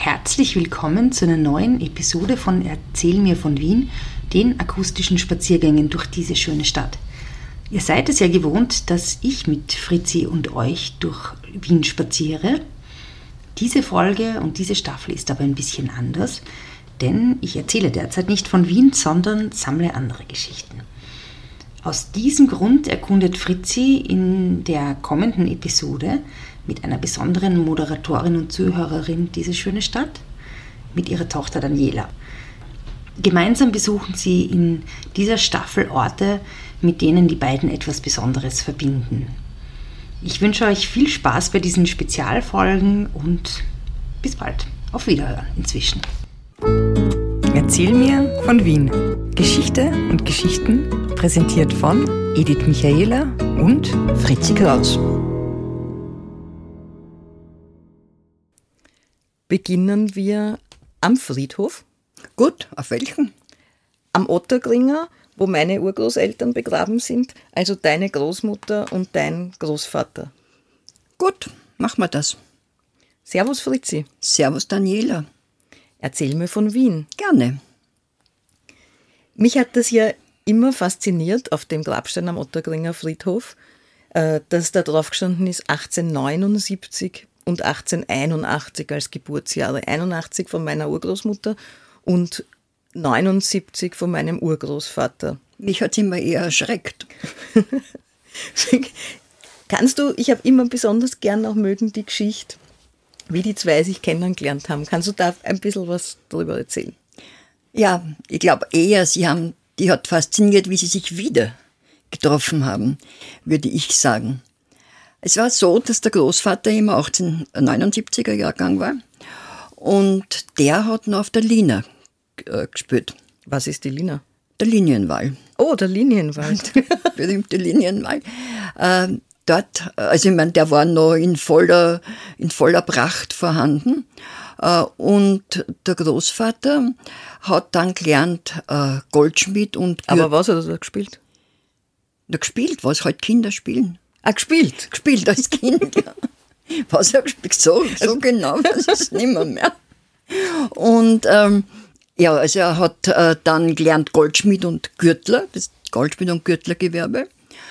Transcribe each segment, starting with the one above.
Herzlich willkommen zu einer neuen Episode von Erzähl mir von Wien, den akustischen Spaziergängen durch diese schöne Stadt. Ihr seid es ja gewohnt, dass ich mit Fritzi und euch durch Wien spaziere. Diese Folge und diese Staffel ist aber ein bisschen anders, denn ich erzähle derzeit nicht von Wien, sondern sammle andere Geschichten. Aus diesem Grund erkundet Fritzi in der kommenden Episode mit einer besonderen Moderatorin und Zuhörerin diese schöne Stadt, mit ihrer Tochter Daniela. Gemeinsam besuchen sie in dieser Staffel Orte, mit denen die beiden etwas Besonderes verbinden. Ich wünsche euch viel Spaß bei diesen Spezialfolgen und bis bald. Auf Wiederhören inzwischen. Erzähl mir von Wien. Geschichte und Geschichten präsentiert von Edith Michaela und Fritzi Kraus. Beginnen wir am Friedhof. Gut, auf welchen? Am Otterkringer, wo meine Urgroßeltern begraben sind, also deine Großmutter und dein Großvater. Gut, machen wir das. Servus Fritzi. Servus Daniela. Erzähl mir von Wien. Gerne. Mich hat das ja immer fasziniert auf dem Grabstein am Otterkringer Friedhof, dass da drauf gestanden ist 1879 und 1881 als Geburtsjahre. 81 von meiner Urgroßmutter und 79 von meinem Urgroßvater. Mich hat es immer eher erschreckt. Ich habe immer besonders gern auch mögen die Geschichte, wie die zwei sich kennengelernt haben. Kannst du da ein bisschen was darüber erzählen? Ja, ich glaube eher, die hat fasziniert, wie sie sich wieder getroffen haben, würde ich sagen. Es war so, dass der Großvater immer 1879er Jahrgang war und der hat noch auf der Lina gespielt. Was ist die Lina? Der Linienwall. Oh, der Linienwald. Berühmte Linienwall. Dort, also ich meine, der war noch in voller Pracht vorhanden. Und der Großvater hat dann gelernt Goldschmied und Aber was hat er da gespielt? Na, gespielt, was halt Kinder spielen. Ah, gespielt? Gespielt als Kind, ja. Was er gespielt, so genau, weiß ich es nicht mehr. Und ja, also er hat dann gelernt Goldschmied und Gürtler, das Goldschmied- und Gürtlergewerbe.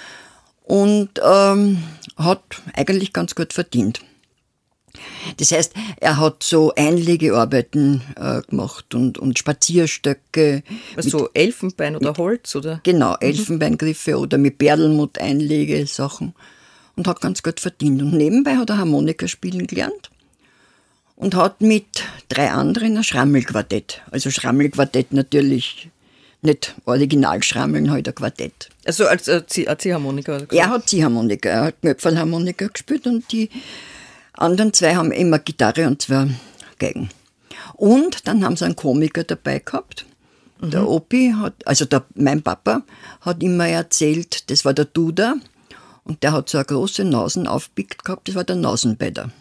Und hat eigentlich ganz gut verdient. Das heißt, er hat so Einlegearbeiten gemacht und Spazierstöcke. Also Elfenbein oder Holz, oder? Genau, Elfenbeingriffe oder mit Perlmutt Einlegesachen. Und hat ganz gut verdient. Und nebenbei hat er Harmonika spielen gelernt. Und hat mit 3 anderen ein Schrammelquartett. Also Schrammelquartett natürlich nicht Originalschrammeln, halt ein Quartett. Also als Ziehharmonika? Er hat Ziehharmonika, er hat Knöpfelharmonika gespielt und die anderen 2 haben immer Gitarre und 2 Geigen. Und dann haben sie einen Komiker dabei gehabt. Der Opi mein Papa hat immer erzählt, das war der Duda und der hat so eine große Nasen aufgepickt gehabt, das war der Nasenbeider.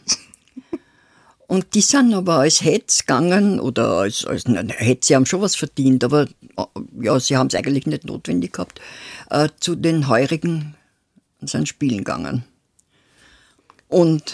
Und die sind aber als Hetz gegangen, oder sie haben schon was verdient, aber ja, sie haben es eigentlich nicht notwendig gehabt, zu den Heurigen sind spielen gegangen. Und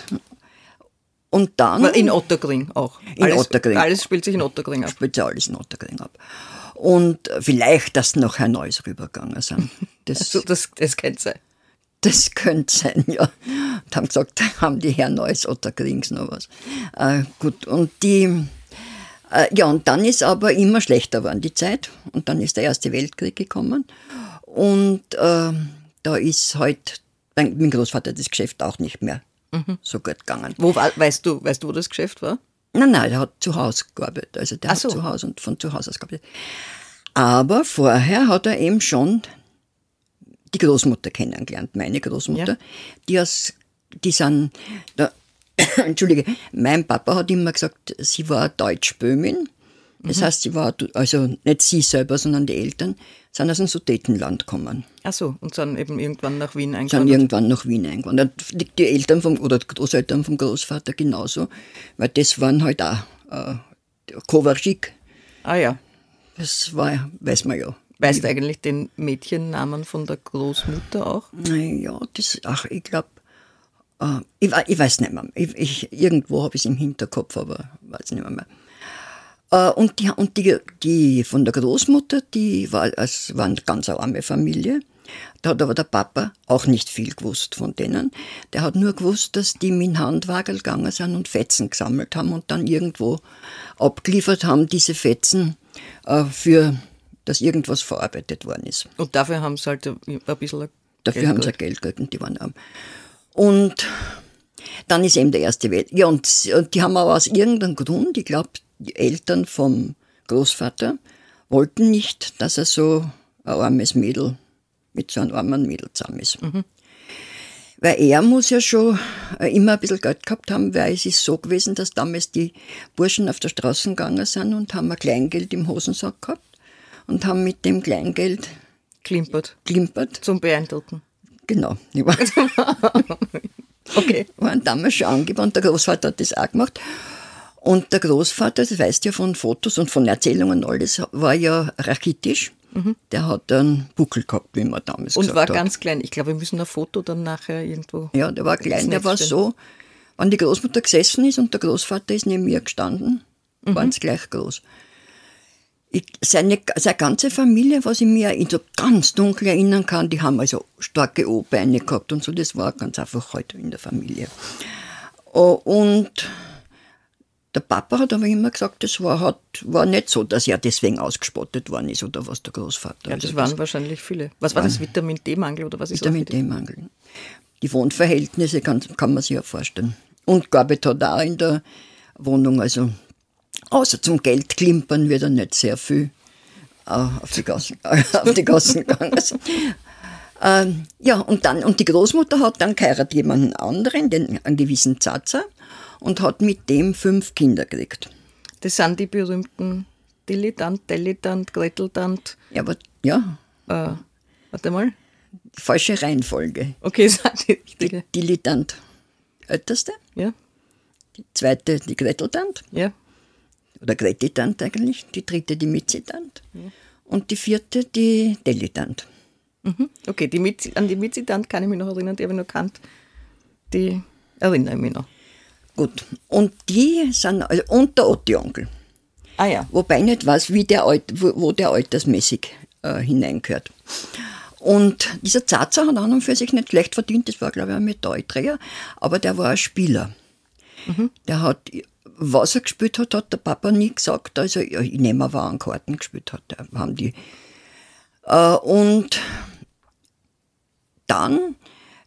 dann... In Otterkring auch. Otterkring. Alles spielt sich in Otterkring ab. Spielt sich alles in Otterkring ab. Und vielleicht, dass noch Herr Neuss rübergegangen sind. Das könnte sein. Das könnte sein, ja. Und haben gesagt, haben die Herr Neuss Otterkrings noch was. Gut, und und dann ist aber immer schlechter geworden die Zeit. Und dann ist der Erste Weltkrieg gekommen. Und da ist halt mein Großvater das Geschäft auch nicht mehr so gut gegangen. Weißt du, wo das Geschäft war? Nein, der hat zu Hause gearbeitet. Also der hat zu Hause und von zu Hause aus gearbeitet. Aber vorher hat er eben schon die Großmutter kennengelernt, meine Großmutter. Ja. Die sind, Entschuldige, mein Papa hat immer gesagt, sie war Deutschböhmin. Das heißt, sie war, also nicht sie selber, sondern die Eltern, sind aus dem Sudetenland gekommen. Ach so, und sind eben irgendwann nach Wien eingewandert. Die Eltern oder die Großeltern vom Großvater genauso, weil das waren halt auch Kowaschik. Ah ja. Das war, weiß man ja. Weißt du eigentlich den Mädchennamen von der Großmutter auch? Ja, ich glaube, Ich weiß nicht mehr. Irgendwo habe ich es im Hinterkopf, aber weiß nicht mehr. Und die von der Großmutter, war eine ganz arme Familie. Da hat aber der Papa auch nicht viel gewusst von denen. Der hat nur gewusst, dass die mit dem Handwagel gegangen sind und Fetzen gesammelt haben und dann irgendwo abgeliefert haben, diese Fetzen, dass irgendwas verarbeitet worden ist. Und dafür haben sie halt ein bisschen Dafür haben sie Geld gekriegt und die waren arm. Und dann ist eben der Erste Weltkrieg. Ja, und die haben aber aus irgendeinem Grund, ich glaube, die Eltern vom Großvater wollten nicht, dass er so ein armes Mädel mit so einem armen Mädel zusammen ist. Weil er muss ja schon immer ein bisschen Geld gehabt haben, weil es ist so gewesen, dass damals die Burschen auf der Straße gegangen sind und haben ein Kleingeld im Hosensack gehabt und haben mit dem Kleingeld klimpert. Zum Beeindrucken. Genau. Okay. Waren damals schon angeboren, der Großvater hat das auch gemacht. Und der Großvater, das weißt du ja von Fotos und von Erzählungen und alles, war ja rachitisch. Der hat einen Buckel gehabt, wie man damals gesagt hat. Und war ganz klein. Ich glaube, wir müssen ein Foto dann nachher irgendwo. Ja, der war klein, der war so, wenn die Großmutter gesessen ist und der Großvater ist neben ihr gestanden, waren sie gleich groß. Seine ganze Familie, was ich mir so ganz dunkel erinnern kann, die haben also starke O-Beine gehabt und so, das war ganz einfach halt in der Familie. Und der Papa hat aber immer gesagt, das war nicht so, dass er deswegen ausgespottet worden ist oder was der Großvater. Ja, das waren wahrscheinlich viele. Was war das, Vitamin D-Mangel oder was ist das? Vitamin D-Mangel. Die Wohnverhältnisse kann man sich ja vorstellen. Und Garbett hat auch in der Wohnung, also außer zum Geld klimpern wird er nicht sehr viel auf die Gassen gegangen. Ja, und die Großmutter hat dann geheiratet jemanden anderen, einen gewissen Zaza, und hat mit dem 5 Kinder gekriegt. Das sind die berühmten Dilettant, Greteltant. Ja, aber ja. Warte mal. Falsche Reihenfolge. Okay, das ist die richtige. Dilettant, älteste. Ja. Die zweite, die Greteltant. Ja. Oder Gretitant eigentlich. Die dritte, die Mitzitant. Ja. Und die vierte, die Delitant. Okay, an die Mitzitant kann ich mich noch erinnern, die habe ich noch gekannt. Die erinnere ich mich noch. Gut. Und die sind, also, und der Otti-Onkel. Ah ja. Wobei ich nicht weiß, wo der altersmäßig hineingehört. Und dieser Zaza hat an und für sich nicht schlecht verdient, das war, glaube ich, ein Medaillenträger, aber der war ein Spieler. Der hat, was er gespielt hat, hat der Papa nie gesagt, also ich nehme mal an, Karten gespielt hat, haben die. Und dann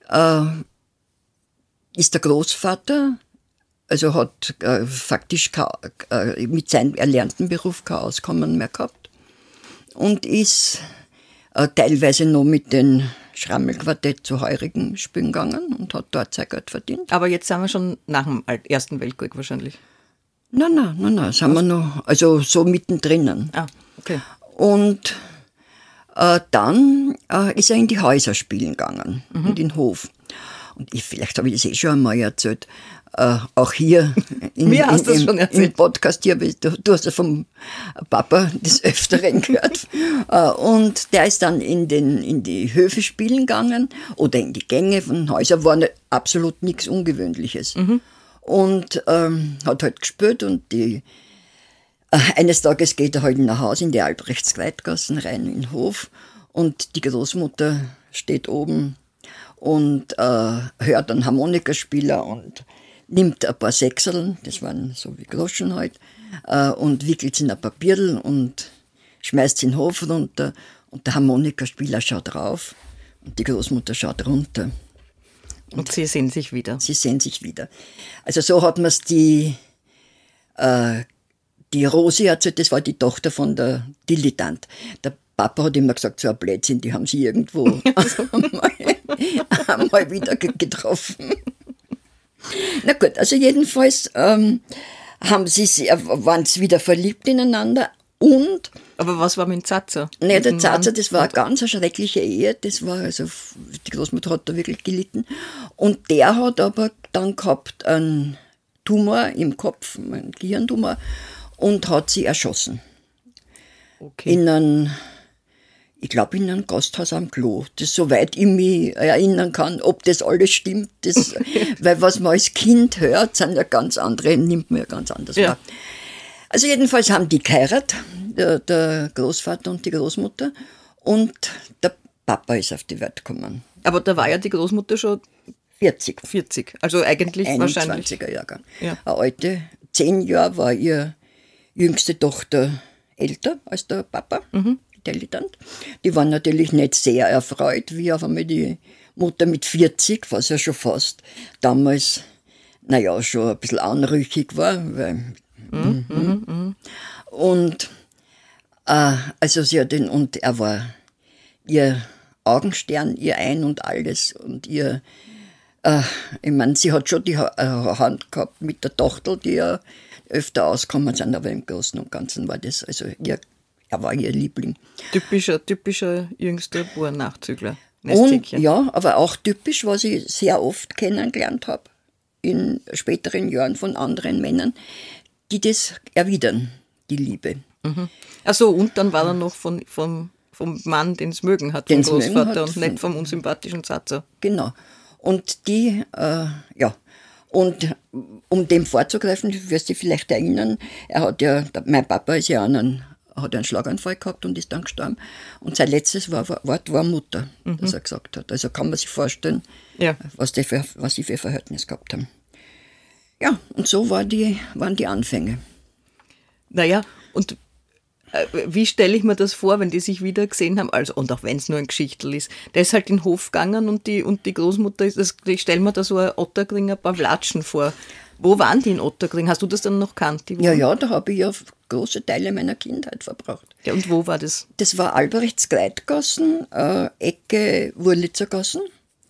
ist der Großvater, also hat faktisch mit seinem erlernten Beruf kein Auskommen mehr gehabt und ist teilweise noch mit den Schrammelquartett zu Heurigen spielen gegangen und hat dort sein Geld verdient. Aber jetzt sind wir schon nach dem Ersten Weltkrieg wahrscheinlich. Nein, sind wir noch, also so mittendrin. Ah, okay. Und dann ist er in die Häuser spielen gegangen und in den Hof. Und vielleicht habe ich das schon einmal erzählt. Auch hier im Podcast hier, du hast ja vom Papa des Öfteren gehört. Und der ist dann in die Höfe spielen gegangen oder in die Gänge von Häusern, war absolut nichts Ungewöhnliches. Und hat halt gespielt und eines Tages geht er halt nach Hause in die Albrechts-Gleitgassen rein in den Hof und die Großmutter steht oben und hört einen Harmonikaspieler und nimmt ein paar Sechseln, das waren so wie Groschen halt, und wickelt sie in ein Papierl und schmeißt sie in den Hof runter und der Harmonikaspieler schaut rauf und die Großmutter schaut runter. Und sie sehen sich wieder. Sie sehen sich wieder. Also so hat man es die Rosi erzählt, das war die Tochter von der Dilettant. Der Papa hat immer gesagt, so ein Blödsinn, die haben sie irgendwo einmal wieder getroffen. Na gut, also jedenfalls waren sie wieder verliebt ineinander und... Aber was war mit dem Zaza? Ne, der Zaza, das war eine ganz schreckliche Ehe, das war, also die Großmutter hat da wirklich gelitten und der hat aber dann gehabt einen Tumor im Kopf, einen Gehirntumor und hat sie erschossen. Okay. In Ich glaube, in einem Gasthaus am Klo. Das, soweit ich mich erinnern kann, ob das alles stimmt. Das, weil was man als Kind hört, sind ja ganz andere, nimmt man ja ganz anders wahr. Also jedenfalls haben die geheiratet, der Großvater und die Großmutter. Und der Papa ist auf die Welt gekommen. Aber da war ja die Großmutter schon 40. Also eigentlich 21er wahrscheinlich. Jahrgang. Ja. Eine alte, 10 Jahre war ihre jüngste Tochter älter als der Papa, der Elitant. Die waren natürlich nicht sehr erfreut, wie auf einmal die Mutter mit 40, was ja schon fast damals, schon ein bisschen anrüchig war. Weil, Und also sie hat und er war ihr Augenstern, ihr Ein und alles. Und ihr, ich meine, sie hat schon die Hand gehabt mit der Tochter, die ja öfter ausgekommen sind, aber im Großen und Ganzen war das, also er war ihr Liebling. Typischer jüngster Bauernnachzügler. Und ja, aber auch typisch, was ich sehr oft kennengelernt habe, in späteren Jahren von anderen Männern, die das erwidern, die Liebe. Ach so, und dann war er noch vom Mann, den es mögen hat, vom Großvater und nicht vom unsympathischen Satzer. Genau. Und die, und um dem vorzugreifen, wirst du dich vielleicht erinnern, mein Papa ist ja hat einen Schlaganfall gehabt und ist dann gestorben. Und sein letztes Wort war Mutter, das er gesagt hat. Also kann man sich vorstellen, was sie für Verhältnis gehabt haben. Ja, und so waren die Anfänge. Naja, und wie stelle ich mir das vor, wenn die sich wieder gesehen haben? Also, und auch wenn es nur ein Geschichtel ist. Der ist halt in den Hof gegangen und die Großmutter ich stelle mir da so ein Otterkringer Pawlatschen vor. Wo waren die in Otterkring? Hast du das dann noch gekannt? Ja, da habe ich ja große Teile meiner Kindheit verbracht. Ja, und wo war das? Das war Albrechts-Gleitgassen, Ecke Wurlitzergassen.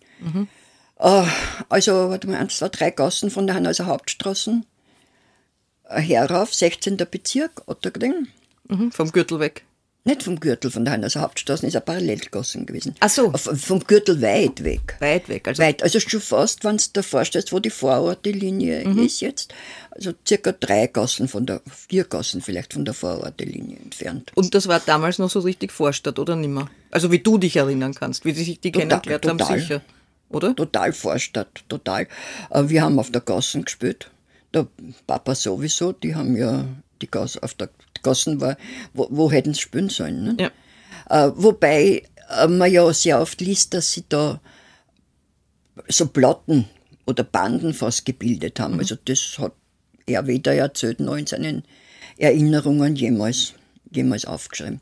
Also, warte mal, 1, 2, 3 Gassen von der Hanauser Hauptstraßen herauf, 16. Bezirk, Otterkring. Vom Gürtel weg? Nicht vom Gürtel, von der Hanauser Hauptstraße, ist eine Parallelgassen gewesen. Ach so. Vom Gürtel weit weg. Weit weg, also. Also schon fast, wenn du dir vorstellst, wo die Vorortelinie ist jetzt, also circa 4 Gassen vielleicht von der Vorortelinie entfernt. Und das war damals noch so richtig Vorstadt, oder nimmer? Also wie du dich erinnern kannst, wie sich die kennengelernt haben, sicher, oder? Total Vorstadt, total. Wir haben auf der Gassen gespielt, der Papa sowieso, die haben ja die Gassen, auf der Gassen war, wo hätten sie spielen sollen. Ne? Ja. Wobei man ja sehr oft liest, dass sie da so Platten oder Banden fast gebildet haben. Also das hat er weder erzählt noch in seinen Erinnerungen jemals aufgeschrieben.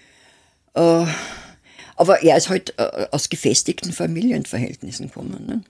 Aber er ist halt aus gefestigten Familienverhältnissen gekommen. Ne?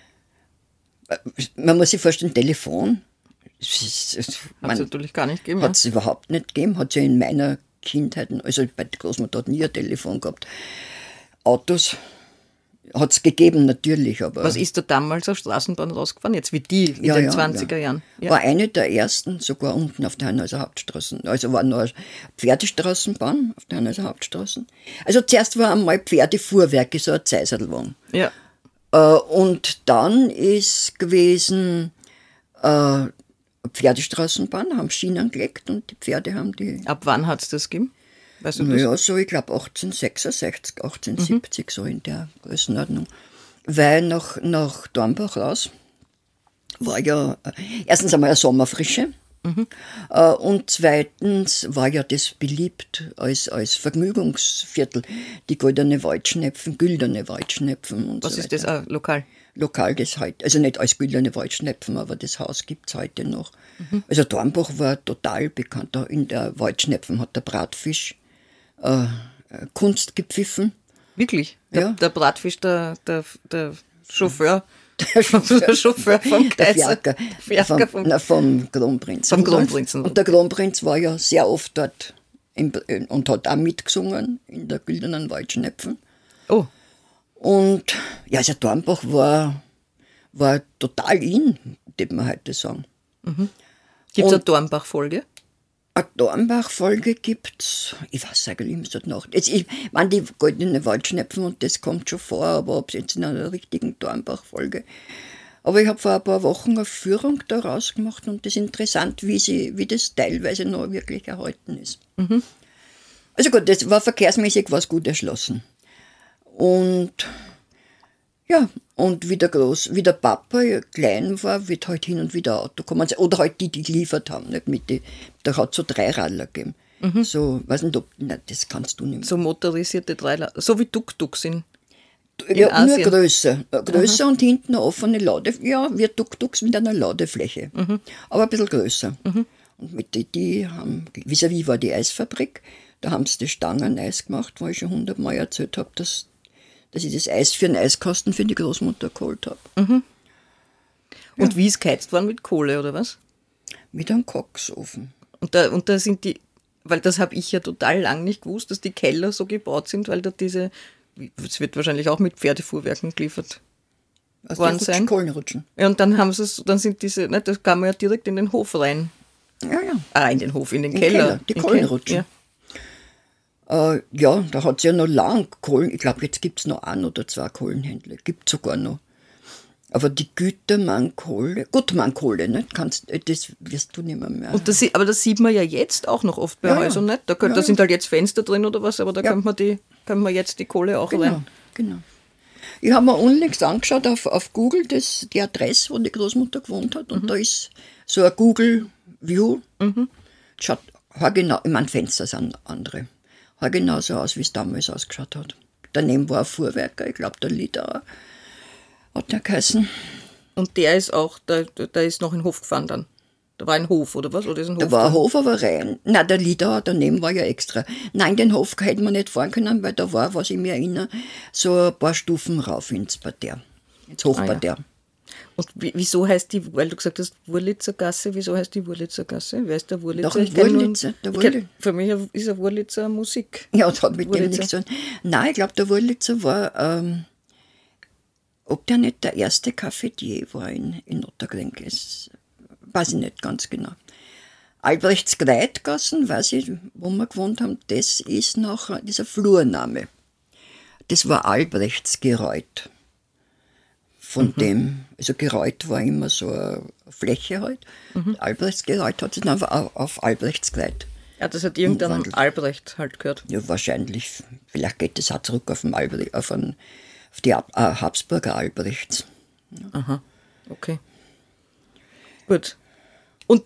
Man muss sich vorstellen, Telefon. Hat es natürlich gar nicht gegeben. Hat es überhaupt nicht gegeben. Hat es ja in meiner Kindheit, also bei der Großmutter hat nie ein Telefon gehabt. Autos hat es gegeben, natürlich. Aber was ist da damals auf Straßenbahn rausgefahren? Jetzt wie die in den 20er Jahren? Ja. War eine der ersten, sogar unten auf der Hanauser Hauptstraße. Also war noch eine Pferdestraßenbahn auf der Hanauser Hauptstraße. Also zuerst war einmal Pferdefuhrwerke, so ein Zeiserlwagen. Ja. Und dann ist gewesen Pferdestraßenbahn, haben Schienen gelegt und die Pferde haben die... Ab wann hat es das gegeben? Weißt du das? Ja, so ich glaube 1866, 1870, so in der Größenordnung. Weil nach Dornbach raus war ja erstens einmal eine Sommerfrische und zweitens war ja das beliebt als Vergnügungsviertel, die güldene Waldschnepfen und was so ist weiter. das lokal? Lokal das heute, also nicht als güldene Waldschnepfen, aber das Haus gibt es heute noch. Also Dornbach war total bekannt. Da in der Waldschnepfen hat der Bratfisch Kunst gepfiffen. Wirklich? Ja. Der Bratfisch, der Chauffeur. Der Chauffeur vom Kaiser. Vom Kronprinzen. Vom Kronprinzen. Und der Kronprinz war ja sehr oft dort und hat auch mitgesungen in der güldenen Waldschnepfen. Oh. Und ja, also Dornbach war total in, würde man heute sagen. Gibt es eine Dornbach-Folge? Eine Dornbach-Folge gibt's, ich weiß eigentlich, ich muss das nach. Ich meine, die goldene Waldschnepfen und das kommt schon vor, aber ob es jetzt in einer richtigen Dornbach-Folge. Aber ich habe vor ein paar Wochen eine Führung da rausgemacht und das ist interessant, wie das teilweise noch wirklich erhalten ist. Also gut, das war verkehrsmäßig was gut erschlossen. Und ja, und wie der Papa klein war, wird halt hin und wieder Auto kommen. Oder halt die geliefert haben. Nicht da hat es so 3 Radler gegeben. So, weiß nicht, nein, das kannst du nicht mehr. So motorisierte Dreiladler, so wie Tuk-Tuk sind. Ja, nur größer. Größer und hinten eine offene ja, wie Tuk-Tuks mit einer Ladefläche. Aber ein bisschen größer. Und mit die haben, vis-à-vis war die Eisfabrik, da haben sie das Stangeneis gemacht, wo ich schon 100-mal erzählt habe, dass ich das Eis für einen Eiskasten für die Großmutter geholt habe. Und wie ist geheizt worden, mit Kohle, oder was? Mit einem Koksofen. Und da sind die, weil das habe ich ja total lang nicht gewusst, dass die Keller so gebaut sind, weil da es wird wahrscheinlich auch mit Pferdefuhrwerken geliefert worden sein. Kohlenrutschen. Ja, und dann sind diese, ne, das kann man ja direkt in den Hof rein. Ja. In den Hof, in den Keller. Die Kohlenrutschen. Ja, da hat es ja noch lang Kohlen, ich glaube, jetzt gibt es noch 1 oder 2 Kohlenhändler, gibt es sogar noch. Aber die Gutmann-Kohle, ne? Das wirst du nicht mehr. Und aber das sieht man ja jetzt auch noch oft bei Häusern, nicht? Da sind halt jetzt Fenster drin oder was, aber da kann man jetzt die Kohle auch rein. Genau. Ich habe mir unlängst angeschaut auf Google die Adresse, wo die Großmutter gewohnt hat, und da ist so ein Google View. Schaut genau, ich meine, Fenster sind andere. Schaut genau so aus, wie es damals ausgeschaut hat. Daneben war ein Fuhrwerker, ich glaube, der Lidauer hat der geheißen. Und der ist auch, da ist noch in den Hof gefahren dann? Da war ein Hof, oder was? Oder ist ein Hof? Da war ein Hof, aber rein. Nein, der Lidauer daneben war ja extra. Nein, den Hof hätten wir nicht fahren können, weil da war, was ich mir erinnere, so ein paar Stufen rauf ins Parterre, ins Hochparterre. Ja. Und wieso heißt die, weil du gesagt hast, Wurlitzer Gasse, wieso heißt die Wurlitzer Gasse? Wer ist der Wurlitzer? Doch, ein Wurlitzer. Für mich ist ein Wurlitzer Musik. Ja, das hat mit dem nichts zu tun. Nein, ich glaube, der Wurlitzer war, ob der nicht der erste Cafetier war in Otterkring ist, weiß ich nicht ganz genau. Albrechtskleidgassen, weiß ich, wo wir gewohnt haben, das ist noch dieser Flurname. Das war Albrechtsgeräut. Von dem, also Geräut war immer so eine Fläche halt. Albrechtsgeräut hat sich dann auf Albrechtskleid. Ja, das hat irgendein Albrecht halt gehört. Ja, wahrscheinlich. Vielleicht geht das auch zurück auf die Habsburger Albrechts. Ja. Aha, okay. Gut. Und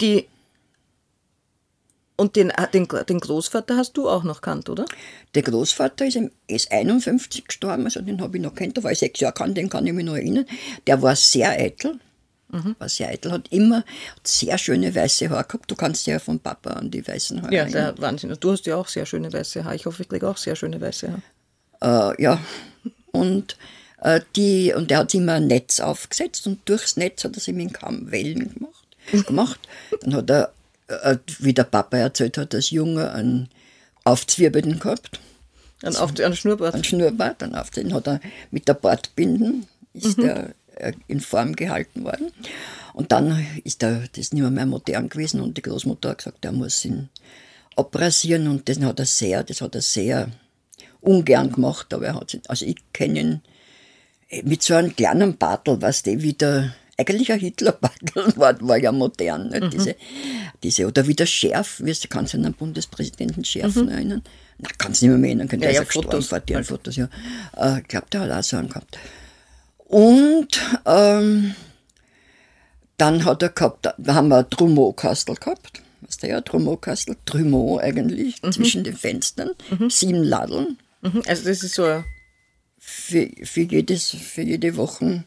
den Großvater hast du auch noch gekannt, oder? Der Großvater ist 51 gestorben, also den habe ich noch kennt, da war ich 6 Jahre gekannt, den kann ich mich noch erinnern. Der war sehr eitel, hat immer sehr schöne weiße Haare gehabt. Du kannst ja von Papa an die weißen Haare erinnern. Ja, der Wahnsinn. Du hast ja auch sehr schöne weiße Haare. Ich hoffe, ich kriege auch sehr schöne weiße Haare. Ja, und der hat immer ein Netz aufgesetzt und durchs Netz hat er sich mit dem Kamm Wellen gemacht. Dann hat er, wie der Papa erzählt hat, als Junge einen Aufzwirbeln gehabt. Einen Schnurrbart? Einen Schnurrbart, den hat er mit der Bartbinden ist der in Form gehalten worden. Und dann ist das nicht mehr modern gewesen und die Großmutter hat gesagt, er muss ihn abrasieren und das hat er sehr ungern gemacht, aber ich kenne ihn mit so einem kleinen Bartel, eigentlich ein Hitlerbartel war ja modern, nicht? Diese oder wie der Schärf, kannst du an einen Bundespräsidenten Schärfen erinnern? Na, kannst du nicht mehr erinnern, der ist ja gestorben vor den Fotos, ja. Ich glaube, der hat auch so einen gehabt. Und dann hat er gehabt, da haben wir ein Trumeau-Kastel gehabt, weißt du ja, Trumeau-Kastel, Trumeau eigentlich, zwischen den Fenstern, 7 Ladeln. Also das ist so für jede Woche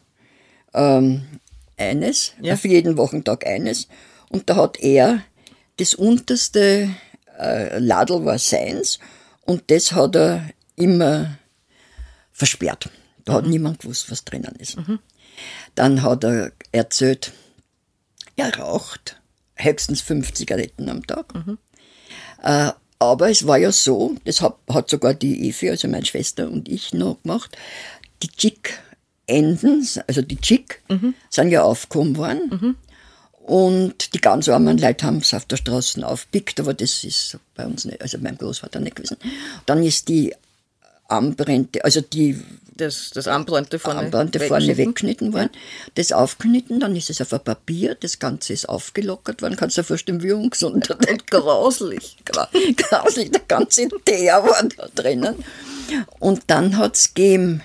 eines, für jeden Wochentag eines. Und da hat er das unterste Ladel war seins und das hat er immer versperrt. Da hat niemand gewusst, was drinnen ist. Dann hat er erzählt, er raucht höchstens 5 Zigaretten am Tag. Aber es war ja so, das hat sogar die Evi, also meine Schwester und ich noch gemacht, die Chick-Enden, also die Chick, sind ja aufgekommen worden. Und die ganz armen Leute haben es auf der Straße aufgepickt, aber das ist bei uns nicht, also beim Großvater nicht gewesen. Dann ist die Armbrente, also die das Armband vorne weggeschnitten worden, das aufgeschnitten, dann ist es auf ein Papier, das Ganze ist aufgelockert worden, kannst du dir vorstellen, wie ungesund. Grauslich, grauslich, der ganze Teer war da drinnen. Und dann hat es gegeben,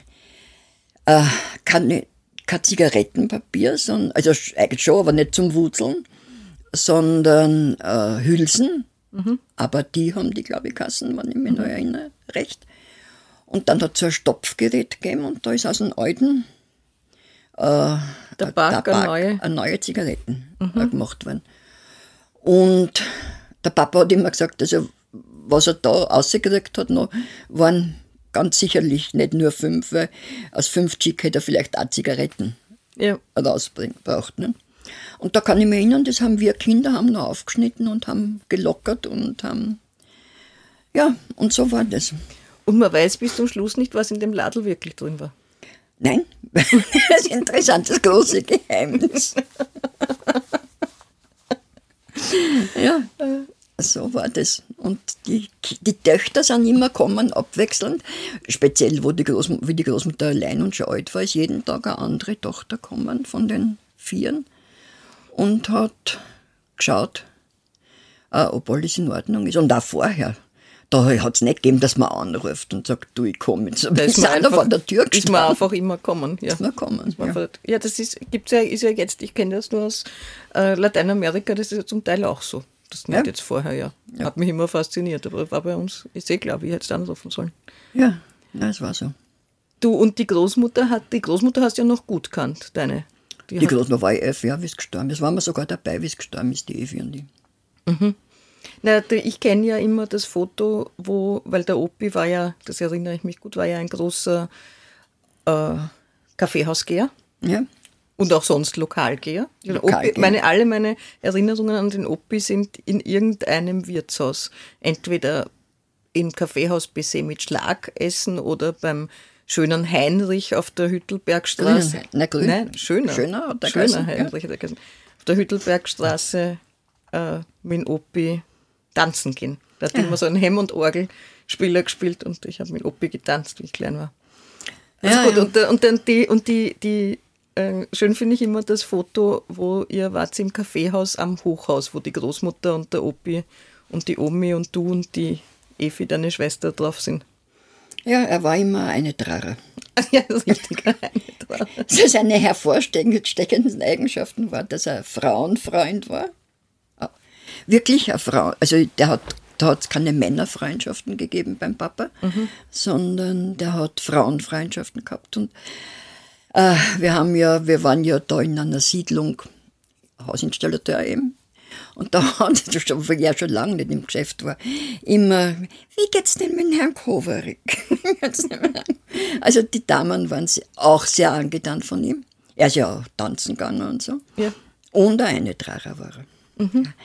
kein Zigarettenpapier, sondern, also eigentlich schon, aber nicht zum Wurzeln, sondern Hülsen, aber die haben die, glaube ich, Kassen, wenn ich mich noch erinnere, recht. Und dann hat es so ein Stopfgerät gegeben und da ist aus dem alten Tabak eine neue Zigaretten gemacht worden. Und der Papa hat immer gesagt, also was er da rausgekriegt hat, noch, waren ganz sicherlich nicht nur 5, weil aus 5 Chick hätte er vielleicht auch Zigaretten rausgebracht. Ne? Und da kann ich mich erinnern, das haben wir Kinder haben noch aufgeschnitten und haben gelockert und haben, ja, und so war das. Und man weiß bis zum Schluss nicht, was in dem Ladl wirklich drin war. Nein, das ist ein interessantes, großes Geheimnis. Ja, so war das. Und die Töchter sind immer gekommen, abwechselnd. Speziell, wie die Großmutter allein und schon alt war, ist jeden Tag eine andere Tochter gekommen von den 4 und hat geschaut, ob alles in Ordnung ist. Und auch vorher. Da hat es nicht gegeben, dass man anruft und sagt, du, ich komme jetzt. Da ist man einfach, vor der Tür gestanden. Ist man einfach immer gekommen. Ja, ja, das ist ja jetzt, ich kenne das nur aus Lateinamerika, das ist ja zum Teil auch so. Das nicht jetzt vorher, ja. Hat mich immer fasziniert, aber war bei uns, ich glaube, ich hätte es anrufen sollen. Ja, das war so. Du, und die Großmutter hast du ja noch gut kannt, deine. Die Großmutter war 11 Jahre, wie es gestorben ist. Waren wir sogar dabei, wie es gestorben ist, die Evi und die. Mhm. Na, ich kenne ja immer das Foto, weil der Opi war ja, das erinnere ich mich gut, war ja ein großer Kaffeehausgeher. Ja. Und auch sonst Lokalgeher. Alle meine Erinnerungen an den Opi sind in irgendeinem Wirtshaus. Entweder im Kaffeehaus Bessé mit Schlagessen oder beim schönen Heinrich auf der Hüttelbergstraße. Schöner Heinrich. Ja. Auf der Hüttelbergstraße mit dem Opi tanzen gehen. Da hat immer so ein Hemm- und Orgelspieler gespielt und ich habe mit Opi getanzt, wie ich klein war. Also gut. Und dann die schön finde ich immer das Foto, wo ihr wart im Kaffeehaus am Hochhaus, wo die Großmutter und der Opi und die Omi und du und die Evi, deine Schwester, drauf sind. Ja, er war immer eine Trauer. Ja, das ist richtig, eine Trauer. Seine hervorstechenden Eigenschaften war, dass er Frauenfreund war. Wirklich eine Frau. Also da hat es keine Männerfreundschaften gegeben beim Papa, sondern der hat Frauenfreundschaften gehabt. Und wir waren ja da in einer Siedlung, Hausinstallateur eben. Und da hat er schon lange nicht im Geschäft war, immer, wie geht's denn mit Herrn Kovarik? Also die Damen waren auch sehr angetan von ihm. Er ist ja auch tanzen gegangen und so. Ja. Und eine Trauer war er. Mhm.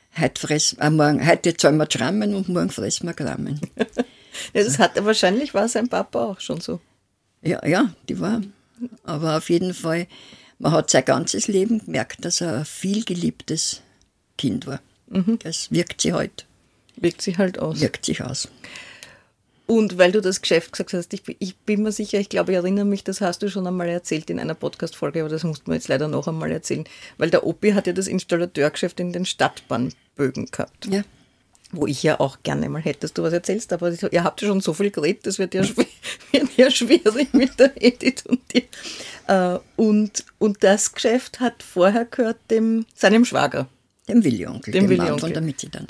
Heute zahlen wir Schrammen und morgen fressen wir Grammen. Ja, wahrscheinlich war sein Papa auch schon so. Ja, die war. Aber auf jeden Fall, man hat sein ganzes Leben gemerkt, dass er ein viel geliebtes Kind war. Mhm. Das wirkt sich halt. Wirkt sich halt aus. Wirkt sich aus. Und weil du das Geschäft gesagt hast, ich bin mir sicher, ich glaube, ich erinnere mich, das hast du schon einmal erzählt in einer Podcast-Folge, aber das mussten wir jetzt leider noch einmal erzählen. Weil der Opi hat ja das Installateurgeschäft in den Stadtbahnbögen gehabt. Ja. Wo ich ja auch gerne mal hätte, dass du was erzählst, aber ihr habt ja schon so viel geredet, das wird ja schwierig mit der Edith und dir. Und das Geschäft hat vorher gehört seinem Schwager. Dem Willi-Onkel, dem Mann von der Mitzitant.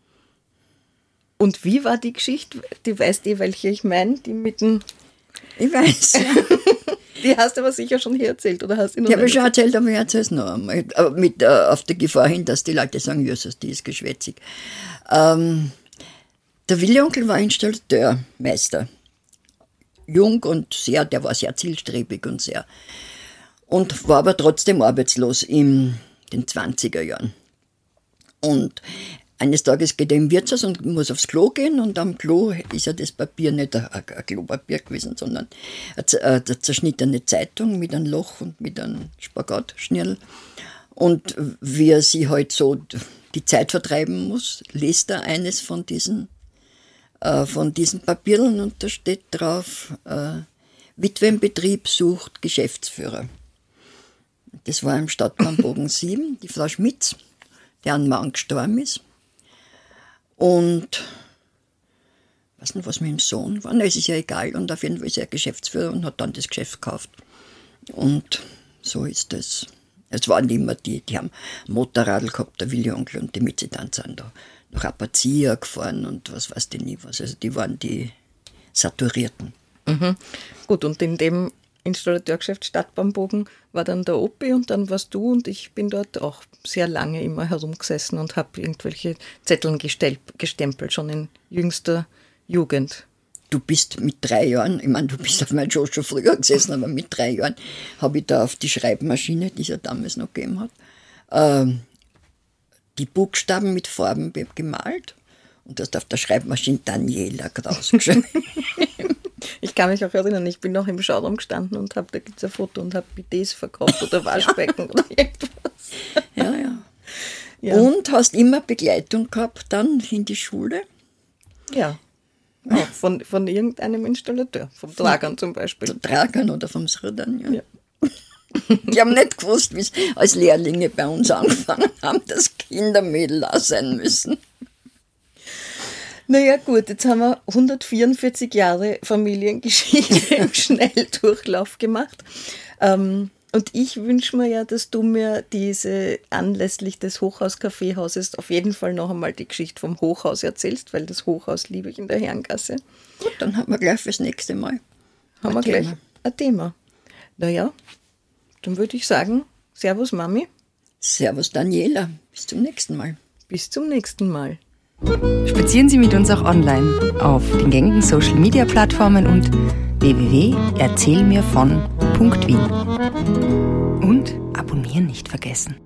Und wie war die Geschichte? Die weißt du, welche ich meine? Die mit dem... Ich weiß, ja. Die hast du aber sicher schon hier erzählt, oder hast du noch? Die habe ich schon erzählt, aber ich erzähle es noch einmal. Aber auf die Gefahr hin, dass die Leute sagen, Jesus, die ist geschwätzig. Der Willi-Onkel war Installateurmeister. Jung und der war sehr zielstrebig und war aber trotzdem arbeitslos in den 20er Jahren. Und eines Tages geht er im Wirtshaus und muss aufs Klo gehen und am Klo ist ja das Papier nicht ein Klopapier gewesen, sondern eine zerschnittene Zeitung mit einem Loch und mit einem Spagatschnirl. Und wie er sich halt so die Zeit vertreiben muss, liest er eines von diesen Papieren und da steht drauf, Witwenbetrieb sucht Geschäftsführer. Das war im Stadtbahnbogen 7, die Frau Schmitz, deren Mann gestorben ist. Und ich weiß nicht, was mit dem Sohn war. Es ist ja egal. Und auf jeden Fall ist er Geschäftsführer und hat dann das Geschäft gekauft. Und so ist es. Es waren immer die haben Motorradl gehabt, der Willi Onkel, und die mit sie dann sind da nach Apazia gefahren und was weiß ich nie was. Also die waren die Saturierten. Mhm. Gut, und in dem Installateurgeschäft Stadtbahnbogen war dann der Opi und dann warst du, und ich bin dort auch sehr lange immer herumgesessen und habe irgendwelche Zetteln gestempelt, schon in jüngster Jugend. Du bist mit 3 Jahren, ich meine, du bist auf meinem Schoß schon früher gesessen, aber mit 3 Jahren habe ich da auf die Schreibmaschine, die es ja damals noch gegeben hat, die Buchstaben mit Farben gemalt und hast auf der Schreibmaschine Daniela rausgeschrieben. Ich kann mich auch erinnern, ich bin noch im Schauraum gestanden und habe, da gibt es ein Foto und habe Bidets verkauft oder Waschbecken oder irgendwas. Ja. Und hast immer Begleitung gehabt dann in die Schule? Ja. Auch von irgendeinem Installateur, vom Dragan zum Beispiel. Vom Dragan oder vom Srdan, ja. Die haben nicht gewusst, wie es als Lehrlinge bei uns angefangen haben, dass Kindermädel auch sein müssen. Naja gut, jetzt haben wir 144 Jahre Familiengeschichte im Schnelldurchlauf gemacht. Und ich wünsche mir ja, dass du mir diese anlässlich des Hochhaus-Kaffeehauses auf jeden Fall noch einmal die Geschichte vom Hochhaus erzählst, weil das Hochhaus liebe ich in der Herrengasse. Gut, dann haben wir gleich fürs nächste Mal ein Thema. Naja, dann würde ich sagen, Servus Mami. Servus Daniela, bis zum nächsten Mal. Bis zum nächsten Mal. Spazieren Sie mit uns auch online auf den gängigen Social-Media-Plattformen und www.erzählmirvon.wien. Und abonnieren nicht vergessen.